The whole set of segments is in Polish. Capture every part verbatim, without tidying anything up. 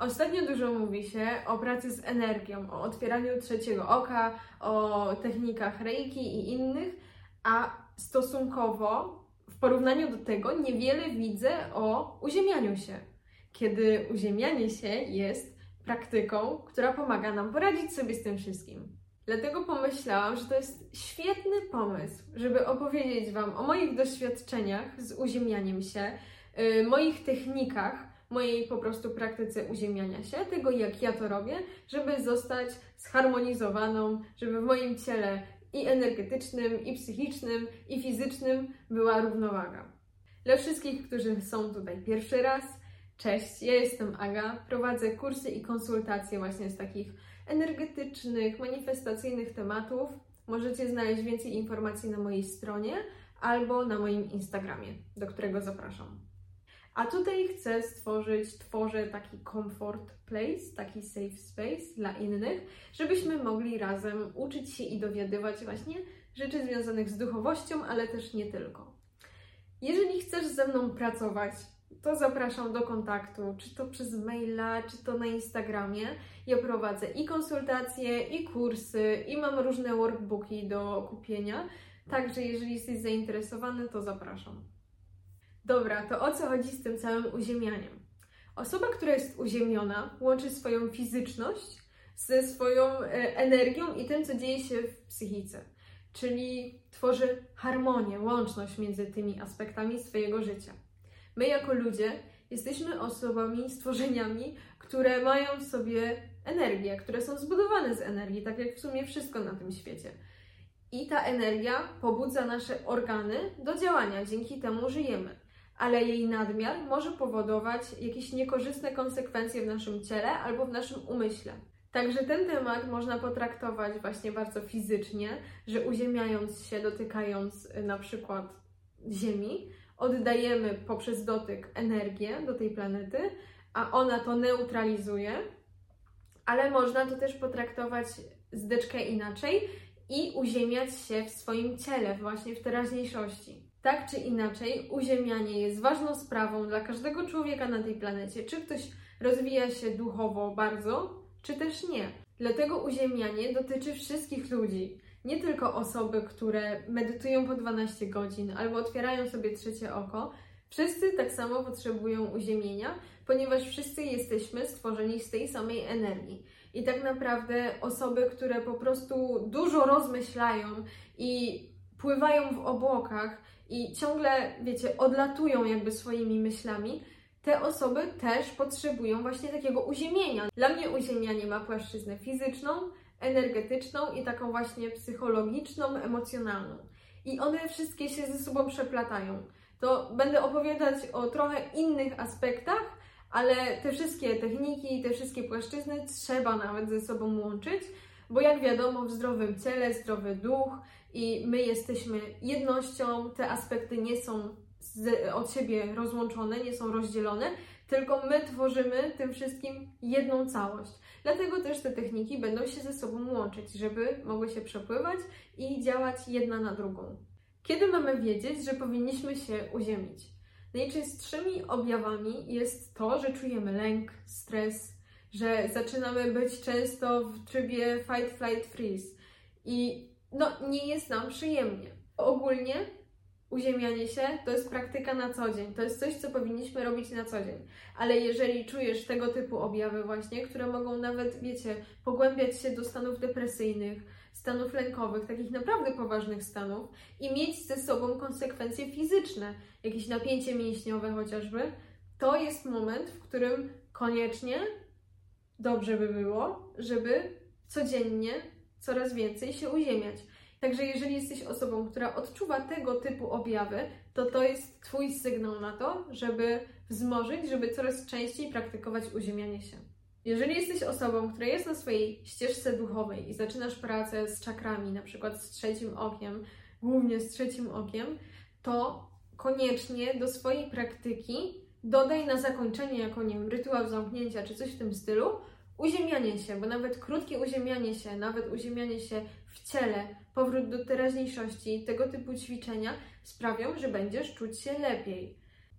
Ostatnio dużo mówi się o pracy z energią, o otwieraniu trzeciego oka, o technikach reiki i innych, a stosunkowo w porównaniu do tego niewiele widzę o uziemianiu się. Kiedy uziemianie się jest praktyką, która pomaga nam poradzić sobie z tym wszystkim. Dlatego pomyślałam, że to jest świetny pomysł, żeby opowiedzieć Wam o moich doświadczeniach z uziemianiem się, yy, moich technikach, mojej po prostu praktyce uziemiania się, tego jak ja to robię, żeby zostać zharmonizowaną, żeby w moim ciele i energetycznym, i psychicznym, i fizycznym była równowaga. Dla wszystkich, którzy są tutaj pierwszy raz, cześć, ja jestem Aga, prowadzę kursy i konsultacje właśnie z takich energetycznych, manifestacyjnych tematów. Możecie znaleźć więcej informacji na mojej stronie albo na moim Instagramie, do którego zapraszam. A tutaj chcę stworzyć, tworzę taki comfort place, taki safe space dla innych, żebyśmy mogli razem uczyć się i dowiadywać właśnie rzeczy związanych z duchowością, ale też nie tylko. Jeżeli chcesz ze mną pracować, to zapraszam do kontaktu, czy to przez maila, czy to na Instagramie. Ja prowadzę i konsultacje, i kursy, i mam różne workbooki do kupienia, także jeżeli jesteś zainteresowany, to zapraszam. Dobra, to o co chodzi z tym całym uziemianiem? Osoba, która jest uziemiona, łączy swoją fizyczność ze swoją energią i tym, co dzieje się w psychice. Czyli tworzy harmonię, łączność między tymi aspektami swojego życia. My jako ludzie jesteśmy osobami, stworzeniami, które mają w sobie energię, które są zbudowane z energii, tak jak w sumie wszystko na tym świecie. I ta energia pobudza nasze organy do działania, dzięki temu żyjemy. Ale jej nadmiar może powodować jakieś niekorzystne konsekwencje w naszym ciele albo w naszym umyśle. Także ten temat można potraktować właśnie bardzo fizycznie, że uziemiając się, dotykając na przykład ziemi, oddajemy poprzez dotyk energię do tej planety, a ona to neutralizuje, ale można to też potraktować zdeczkę inaczej i uziemiać się w swoim ciele, właśnie w teraźniejszości. Tak czy inaczej, uziemianie jest ważną sprawą dla każdego człowieka na tej planecie. Czy ktoś rozwija się duchowo bardzo, czy też nie. Dlatego uziemianie dotyczy wszystkich ludzi. Nie tylko osoby, które medytują po dwanaście godzin albo otwierają sobie trzecie oko. Wszyscy tak samo potrzebują uziemienia, ponieważ wszyscy jesteśmy stworzeni z tej samej energii. I tak naprawdę osoby, które po prostu dużo rozmyślają i pływają w obłokach i ciągle, wiecie, odlatują jakby swoimi myślami, te osoby też potrzebują właśnie takiego uziemienia. Dla mnie uziemianie ma płaszczyznę fizyczną, energetyczną i taką właśnie psychologiczną, emocjonalną. I one wszystkie się ze sobą przeplatają. To będę opowiadać o trochę innych aspektach, ale te wszystkie techniki, te wszystkie płaszczyzny trzeba nawet ze sobą łączyć, bo jak wiadomo, w zdrowym ciele zdrowy duch i my jesteśmy jednością, te aspekty nie są z, od siebie rozłączone, nie są rozdzielone, tylko my tworzymy tym wszystkim jedną całość. Dlatego też te techniki będą się ze sobą łączyć, żeby mogły się przepływać i działać jedna na drugą. Kiedy mamy wiedzieć, że powinniśmy się uziemić? Najczęstszymi objawami jest to, że czujemy lęk, stres, że zaczynamy być często w trybie fight, flight, freeze i no, nie jest nam przyjemnie. Ogólnie uziemianie się to jest praktyka na co dzień, to jest coś, co powinniśmy robić na co dzień. Ale jeżeli czujesz tego typu objawy właśnie, które mogą nawet, wiecie, pogłębiać się do stanów depresyjnych, stanów lękowych, takich naprawdę poważnych stanów i mieć ze sobą konsekwencje fizyczne, jakieś napięcie mięśniowe chociażby, to jest moment, w którym koniecznie dobrze by było, żeby codziennie coraz więcej się uziemiać. Także jeżeli jesteś osobą, która odczuwa tego typu objawy, to to jest Twój sygnał na to, żeby wzmożyć, żeby coraz częściej praktykować uziemianie się. Jeżeli jesteś osobą, która jest na swojej ścieżce duchowej i zaczynasz pracę z czakrami, na przykład z trzecim okiem, głównie z trzecim okiem, to koniecznie do swojej praktyki dodaj na zakończenie, jako nie wiem, rytuał zamknięcia czy coś w tym stylu, uziemianie się, bo nawet krótkie uziemianie się, nawet uziemianie się w ciele, powrót do teraźniejszości, tego typu ćwiczenia sprawią, że będziesz czuć się lepiej.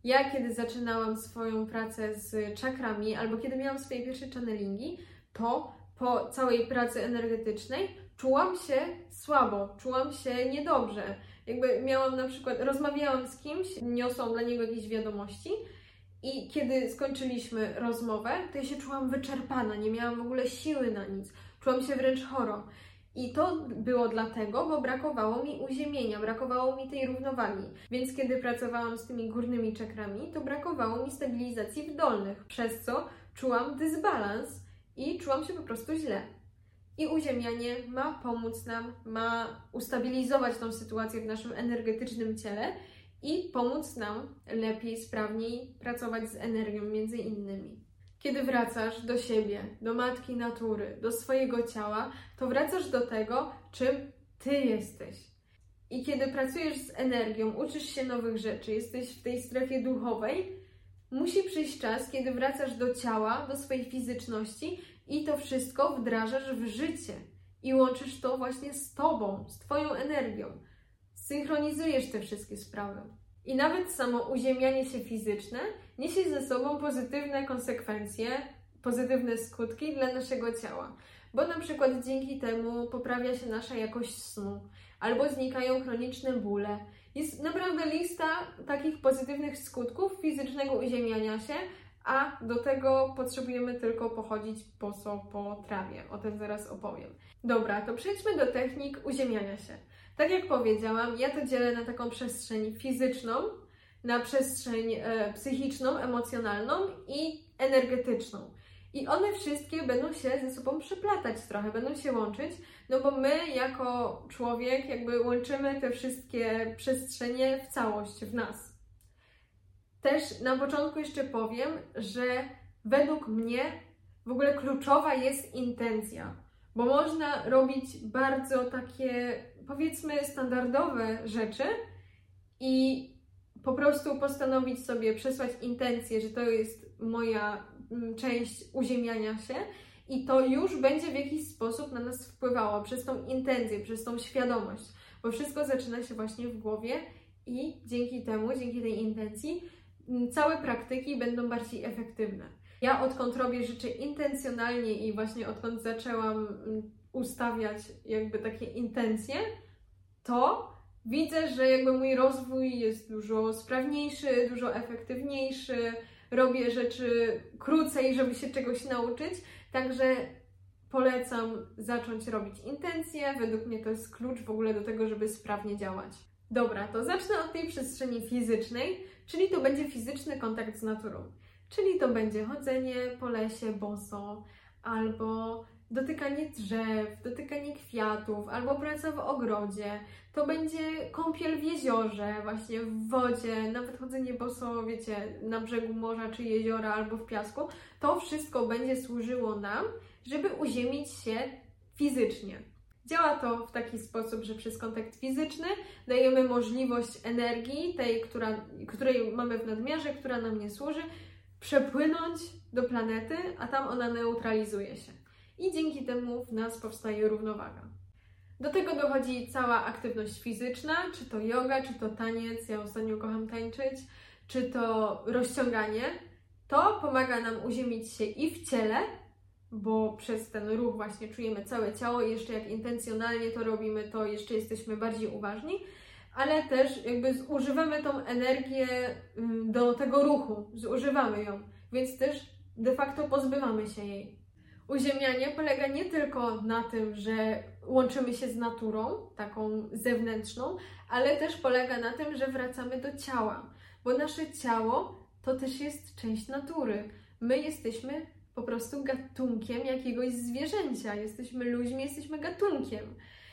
Ja kiedy zaczynałam swoją pracę z czakrami, albo kiedy miałam swoje pierwsze channelingi, to po całej pracy energetycznej czułam się słabo, czułam się niedobrze. Jakby miałam na przykład, rozmawiałam z kimś, niosłam dla niego jakieś wiadomości i kiedy skończyliśmy rozmowę, to ja się czułam wyczerpana, nie miałam w ogóle siły na nic, czułam się wręcz choro. I to było dlatego, bo brakowało mi uziemienia, brakowało mi tej równowagi. Więc kiedy pracowałam z tymi górnymi czakrami, to brakowało mi stabilizacji w dolnych, przez co czułam dysbalans i czułam się po prostu źle. I uziemianie ma pomóc nam, ma ustabilizować tą sytuację w naszym energetycznym ciele i pomóc nam lepiej, sprawniej pracować z energią między innymi. Kiedy wracasz do siebie, do matki natury, do swojego ciała, to wracasz do tego, czym Ty jesteś. I kiedy pracujesz z energią, uczysz się nowych rzeczy, jesteś w tej strefie duchowej, musi przyjść czas, kiedy wracasz do ciała, do swojej fizyczności i to wszystko wdrażasz w życie. I łączysz to właśnie z Tobą, z Twoją energią. Synchronizujesz te wszystkie sprawy. I nawet samo uziemianie się fizyczne niesie ze sobą pozytywne konsekwencje, pozytywne skutki dla naszego ciała. Bo na przykład dzięki temu poprawia się nasza jakość snu, albo znikają chroniczne bóle. Jest naprawdę lista takich pozytywnych skutków fizycznego uziemiania się, a do tego potrzebujemy tylko pochodzić boso po trawie. O tym zaraz opowiem. Dobra, to przejdźmy do technik uziemiania się. Tak jak powiedziałam, ja to dzielę na taką przestrzeń fizyczną, na przestrzeń e, psychiczną, emocjonalną i energetyczną. I one wszystkie będą się ze sobą przeplatać trochę, będą się łączyć, no bo my jako człowiek jakby łączymy te wszystkie przestrzenie w całość, w nas. Też na początku jeszcze powiem, że według mnie w ogóle kluczowa jest intencja, bo można robić bardzo takie, powiedzmy, standardowe rzeczy i po prostu postanowić sobie przesłać intencję, że to jest moja część uziemiania się i to już będzie w jakiś sposób na nas wpływało przez tą intencję, przez tą świadomość, bo wszystko zaczyna się właśnie w głowie i dzięki temu, dzięki tej intencji całe praktyki będą bardziej efektywne. Ja odkąd robię rzeczy intencjonalnie i właśnie odkąd zaczęłam ustawiać jakby takie intencje, to widzę, że jakby mój rozwój jest dużo sprawniejszy, dużo efektywniejszy, robię rzeczy krócej, żeby się czegoś nauczyć, także polecam zacząć robić intencje. Według mnie to jest klucz w ogóle do tego, żeby sprawnie działać. Dobra, to zacznę od tej przestrzeni fizycznej, czyli to będzie fizyczny kontakt z naturą. Czyli to będzie chodzenie po lesie boso, albo dotykanie drzew, dotykanie kwiatów, albo praca w ogrodzie. To będzie kąpiel w jeziorze, właśnie w wodzie, nawet chodzenie boso, wiecie, na brzegu morza czy jeziora, albo w piasku. To wszystko będzie służyło nam, żeby uziemić się fizycznie. Działa to w taki sposób, że przez kontakt fizyczny dajemy możliwość energii, tej, która, której mamy w nadmiarze, która nam nie służy, przepłynąć do planety, a tam ona neutralizuje się. I dzięki temu w nas powstaje równowaga. Do tego dochodzi cała aktywność fizyczna, czy to yoga, czy to taniec, ja ostatnio kocham tańczyć, czy to rozciąganie. To pomaga nam uziemić się i w ciele, bo przez ten ruch właśnie czujemy całe ciało i jeszcze jak intencjonalnie to robimy, to jeszcze jesteśmy bardziej uważni, ale też jakby zużywamy tą energię do tego ruchu, zużywamy ją, więc też de facto pozbywamy się jej. Uziemianie polega nie tylko na tym, że łączymy się z naturą, taką zewnętrzną, ale też polega na tym, że wracamy do ciała, bo nasze ciało to też jest część natury. My jesteśmy po prostu gatunkiem jakiegoś zwierzęcia, jesteśmy ludźmi, jesteśmy gatunkiem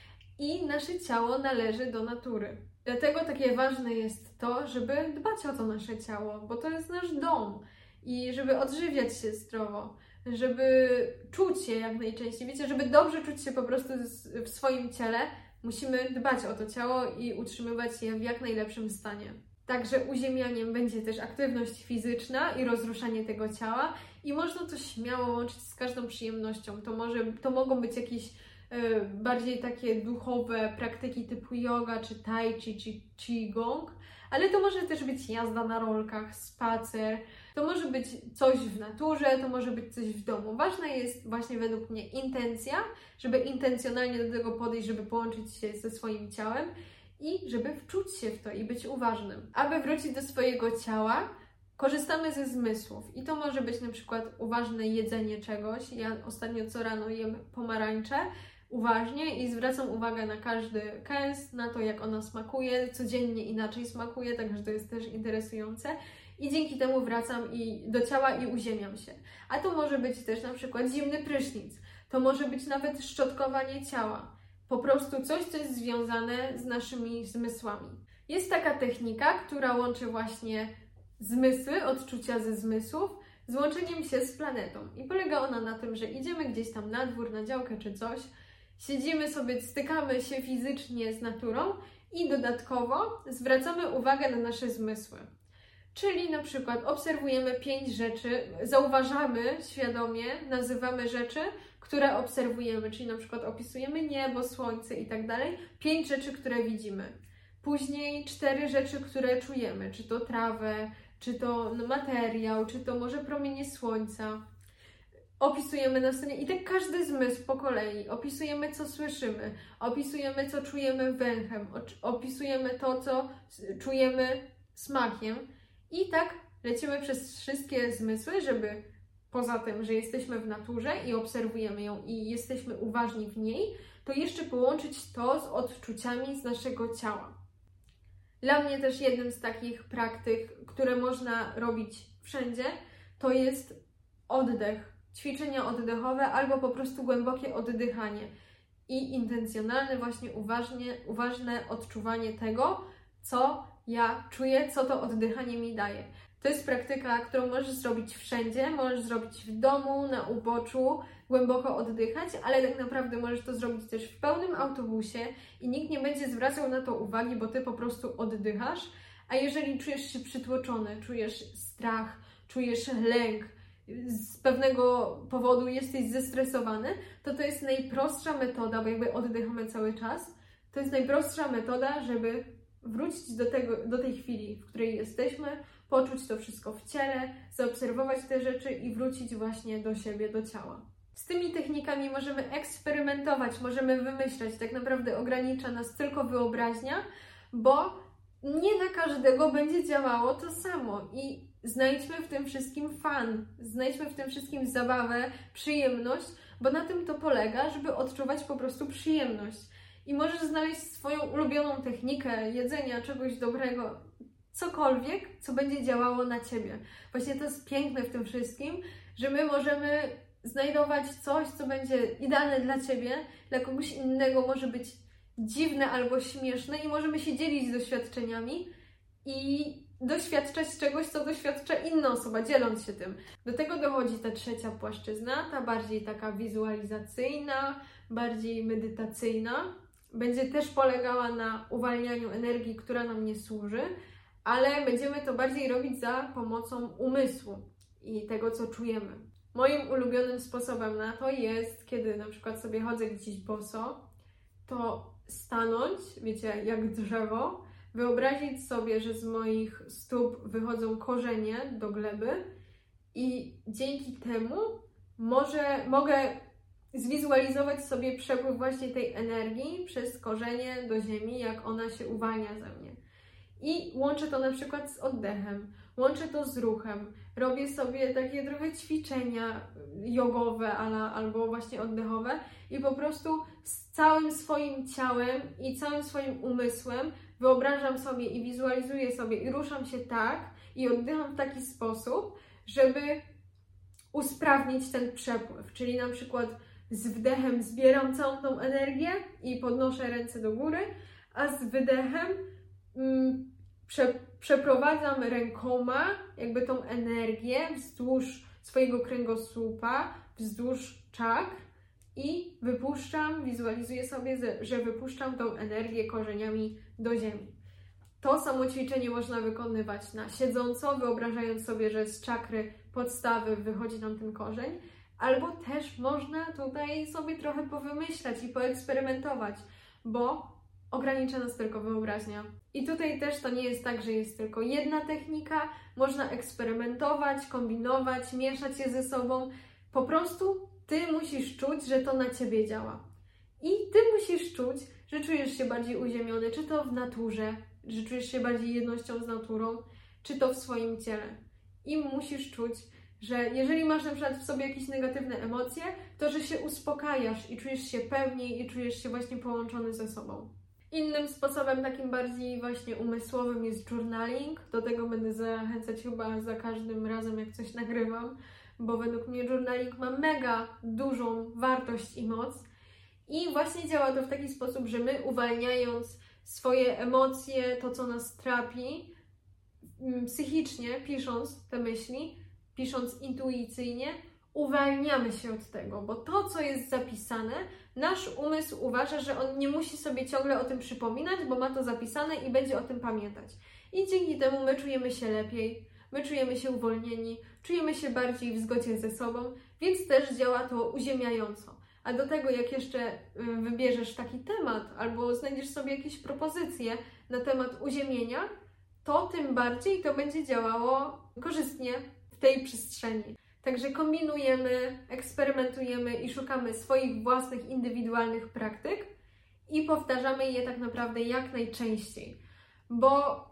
i nasze ciało należy do natury. Dlatego takie ważne jest to, żeby dbać o to nasze ciało, bo to jest nasz dom i żeby odżywiać się zdrowo, żeby czuć się jak najczęściej. Wiecie, żeby dobrze czuć się po prostu w swoim ciele, musimy dbać o to ciało i utrzymywać je w jak najlepszym stanie. Także uziemianiem będzie też aktywność fizyczna i rozruszanie tego ciała i można to śmiało łączyć z każdą przyjemnością. To, może, to mogą być jakieś y, bardziej takie duchowe praktyki typu yoga, czy tai chi, czy qigong, ale to może też być jazda na rolkach, spacer, to może być coś w naturze, to może być coś w domu. Ważna jest właśnie według mnie intencja, żeby intencjonalnie do tego podejść, żeby połączyć się ze swoim ciałem i żeby wczuć się w to i być uważnym. Aby wrócić do swojego ciała, korzystamy ze zmysłów i to może być na przykład uważne jedzenie czegoś. Ja ostatnio co rano jem pomarańcze uważnie i zwracam uwagę na każdy kęs, na to jak ona smakuje, codziennie inaczej smakuje, także to jest też interesujące i dzięki temu wracam i do ciała i uziemiam się. A to może być też na przykład zimny prysznic, to może być nawet szczotkowanie ciała, po prostu coś, co jest związane z naszymi zmysłami. Jest taka technika, która łączy właśnie zmysły, odczucia ze zmysłów z łączeniem się z planetą. I polega ona na tym, że idziemy gdzieś tam na dwór, na działkę czy coś, siedzimy sobie, stykamy się fizycznie z naturą i dodatkowo zwracamy uwagę na nasze zmysły. Czyli na przykład obserwujemy pięć rzeczy, zauważamy świadomie, nazywamy rzeczy, które obserwujemy, czyli na przykład opisujemy niebo, słońce i tak dalej, pięć rzeczy, które widzimy. Później cztery rzeczy, które czujemy, czy to trawę, czy to materiał, czy to może promienie słońca. Opisujemy na scenie i tak każdy zmysł po kolei. Opisujemy, co słyszymy, opisujemy, co czujemy węchem, opisujemy to, co czujemy smakiem. I tak lecimy przez wszystkie zmysły, żeby poza tym, że jesteśmy w naturze i obserwujemy ją i jesteśmy uważni w niej, to jeszcze połączyć to z odczuciami z naszego ciała. Dla mnie też jednym z takich praktyk, które można robić wszędzie, to jest oddech, ćwiczenia oddechowe albo po prostu głębokie oddychanie i intencjonalne, właśnie uważnie, uważne odczuwanie tego, co ja czuję, co to oddychanie mi daje. To jest praktyka, którą możesz zrobić wszędzie, możesz zrobić w domu, na uboczu, głęboko oddychać, ale tak naprawdę możesz to zrobić też w pełnym autobusie i nikt nie będzie zwracał na to uwagi, bo Ty po prostu oddychasz. A jeżeli czujesz się przytłoczony, czujesz strach, czujesz lęk, z pewnego powodu jesteś zestresowany, to to jest najprostsza metoda, bo jakby oddychamy cały czas, to jest najprostsza metoda, żeby wrócić do tego, do tej chwili, w której jesteśmy, poczuć to wszystko w ciele, zaobserwować te rzeczy i wrócić właśnie do siebie, do ciała. Z tymi technikami możemy eksperymentować, możemy wymyślać, tak naprawdę ogranicza nas tylko wyobraźnia, bo nie na każdego będzie działało to samo i znajdźmy w tym wszystkim fan, znajdźmy w tym wszystkim zabawę, przyjemność, bo na tym to polega, żeby odczuwać po prostu przyjemność. I możesz znaleźć swoją ulubioną technikę jedzenia, czegoś dobrego, cokolwiek, co będzie działało na Ciebie. Właśnie to jest piękne w tym wszystkim, że my możemy znajdować coś, co będzie idealne dla Ciebie, dla kogoś innego może być dziwne albo śmieszne i możemy się dzielić doświadczeniami i doświadczać czegoś, co doświadcza inna osoba, dzieląc się tym. Do tego dochodzi ta trzecia płaszczyzna, ta bardziej taka wizualizacyjna, bardziej medytacyjna. Będzie też polegała na uwalnianiu energii, która nam nie służy, ale będziemy to bardziej robić za pomocą umysłu i tego, co czujemy. Moim ulubionym sposobem na to jest, kiedy na przykład sobie chodzę gdzieś boso, to stanąć, wiecie, jak drzewo, wyobrazić sobie, że z moich stóp wychodzą korzenie do gleby i dzięki temu może, mogę zwizualizować sobie przepływ właśnie tej energii przez korzenie do ziemi, jak ona się uwalnia ze mnie. I łączę to na przykład z oddechem, łączę to z ruchem, robię sobie takie trochę ćwiczenia jogowe ala, albo właśnie oddechowe i po prostu z całym swoim ciałem i całym swoim umysłem wyobrażam sobie i wizualizuję sobie i ruszam się tak i oddycham w taki sposób, żeby usprawnić ten przepływ, czyli na przykład z wdechem zbieram całą tą energię i podnoszę ręce do góry, a z wydechem mm, prze, przeprowadzam rękoma jakby tą energię wzdłuż swojego kręgosłupa, wzdłuż czakr i wypuszczam, wizualizuję sobie, że wypuszczam tą energię korzeniami do ziemi. To samo ćwiczenie można wykonywać na siedząco, wyobrażając sobie, że z czakry podstawy wychodzi nam ten korzeń, albo też można tutaj sobie trochę powymyślać i poeksperymentować, bo ogranicza nas tylko wyobraźnia. I tutaj też to nie jest tak, że jest tylko jedna technika, można eksperymentować, kombinować, mieszać je ze sobą. Po prostu Ty musisz czuć, że to na Ciebie działa. I Ty musisz czuć, że czujesz się bardziej uziemiony, czy to w naturze, że czujesz się bardziej jednością z naturą, czy to w swoim ciele. I musisz czuć, że jeżeli masz na przykład w sobie jakieś negatywne emocje, to że się uspokajasz i czujesz się pewniej i czujesz się właśnie połączony ze sobą. Innym sposobem, takim bardziej właśnie umysłowym, jest journaling. Do tego będę zachęcać chyba za każdym razem, jak coś nagrywam, bo według mnie journaling ma mega dużą wartość i moc. I właśnie działa to w taki sposób, że my, uwalniając swoje emocje, to co nas trapi, psychicznie pisząc te myśli, pisząc intuicyjnie, uwalniamy się od tego, bo to, co jest zapisane, nasz umysł uważa, że on nie musi sobie ciągle o tym przypominać, bo ma to zapisane i będzie o tym pamiętać. I dzięki temu my czujemy się lepiej, my czujemy się uwolnieni, czujemy się bardziej w zgodzie ze sobą, więc też działa to uziemiająco. A do tego, jak jeszcze wybierzesz taki temat albo znajdziesz sobie jakieś propozycje na temat uziemienia, to tym bardziej to będzie działało korzystnie w tej przestrzeni. Także kombinujemy, eksperymentujemy i szukamy swoich własnych, indywidualnych praktyk i powtarzamy je tak naprawdę jak najczęściej, bo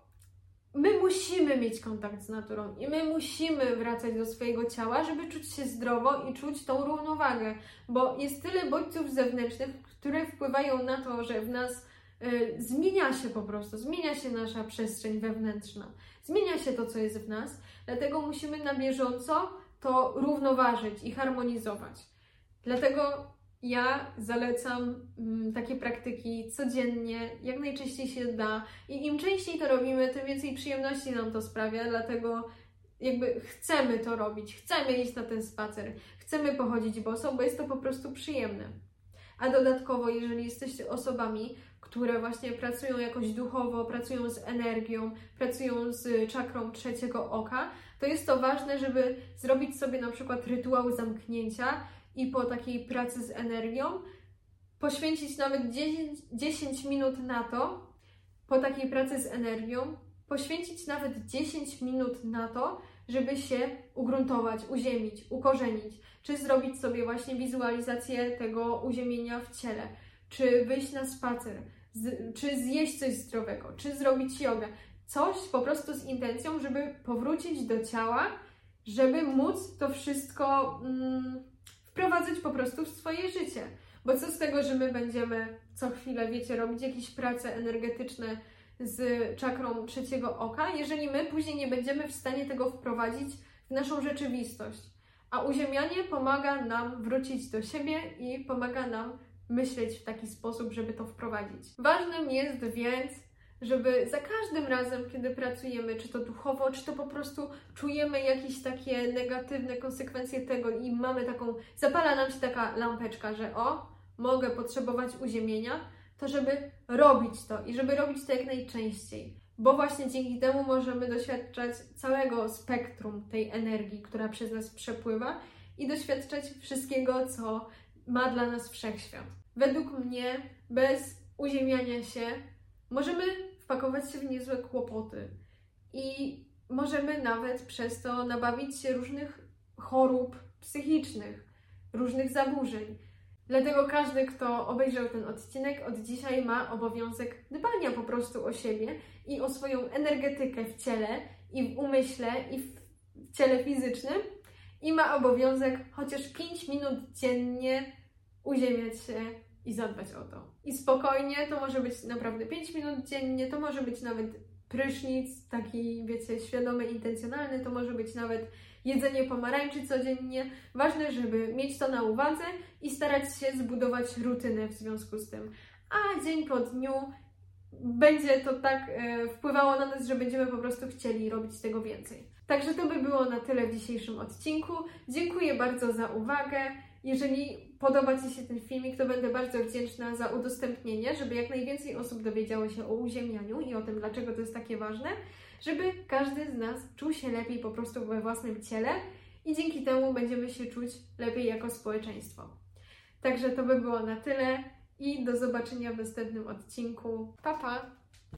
my musimy mieć kontakt z naturą i my musimy wracać do swojego ciała, żeby czuć się zdrowo i czuć tą równowagę, bo jest tyle bodźców zewnętrznych, które wpływają na to, że w nas y, zmienia się po prostu, zmienia się nasza przestrzeń wewnętrzna, zmienia się to, co jest w nas, dlatego musimy na bieżąco to równoważyć i harmonizować. Dlatego ja zalecam mm, takie praktyki codziennie, jak najczęściej się da i im częściej to robimy, tym więcej przyjemności nam to sprawia, dlatego jakby chcemy to robić, chcemy iść na ten spacer, chcemy pochodzić boso, bo jest to po prostu przyjemne. A dodatkowo, jeżeli jesteście osobami, które właśnie pracują jakoś duchowo, pracują z energią, pracują z czakrą trzeciego oka, to jest to ważne, żeby zrobić sobie na przykład rytuał zamknięcia i po takiej pracy z energią poświęcić nawet dziesięć minut na to, po takiej pracy z energią, poświęcić nawet dziesięć minut na to, żeby się ugruntować, uziemić, ukorzenić, czy zrobić sobie właśnie wizualizację tego uziemienia w ciele, czy wyjść na spacer, z, czy zjeść coś zdrowego, czy zrobić jogę. Coś po prostu z intencją, żeby powrócić do ciała, żeby móc to wszystko mm, wprowadzać po prostu w swoje życie. Bo co z tego, że my będziemy co chwilę, wiecie, robić jakieś prace energetyczne z czakrą trzeciego oka, jeżeli my później nie będziemy w stanie tego wprowadzić w naszą rzeczywistość. A uziemianie pomaga nam wrócić do siebie i pomaga nam myśleć w taki sposób, żeby to wprowadzić. Ważnym jest więc, żeby za każdym razem, kiedy pracujemy, czy to duchowo, czy to po prostu czujemy jakieś takie negatywne konsekwencje tego i mamy taką, zapala nam się taka lampeczka, że o, mogę potrzebować uziemienia, to żeby robić to i żeby robić to jak najczęściej. Bo właśnie dzięki temu możemy doświadczać całego spektrum tej energii, która przez nas przepływa i doświadczać wszystkiego, co ma dla nas wszechświat. Według mnie bez uziemiania się możemy wpakować się w niezłe kłopoty i możemy nawet przez to nabawić się różnych chorób psychicznych, różnych zaburzeń. Dlatego każdy, kto obejrzał ten odcinek, od dzisiaj ma obowiązek dbania po prostu o siebie i o swoją energetykę w ciele i w umyśle i w ciele fizycznym i ma obowiązek chociaż pięć minut dziennie uziemiać się i zadbać o to. I spokojnie, to może być naprawdę pięć minut dziennie, to może być nawet prysznic, taki, wiecie, świadomy, intencjonalny, to może być nawet jedzenie pomarańczy codziennie. Ważne, żeby mieć to na uwadze i starać się zbudować rutynę w związku z tym. A dzień po dniu będzie to tak e, wpływało na nas, że będziemy po prostu chcieli robić tego więcej. Także to by było na tyle w dzisiejszym odcinku. Dziękuję bardzo za uwagę. Jeżeli podoba Ci się ten filmik, to będę bardzo wdzięczna za udostępnienie, żeby jak najwięcej osób dowiedziało się o uziemianiu i o tym, dlaczego to jest takie ważne, żeby każdy z nas czuł się lepiej po prostu we własnym ciele i dzięki temu będziemy się czuć lepiej jako społeczeństwo. Także to by było na tyle i do zobaczenia w następnym odcinku. Pa, pa!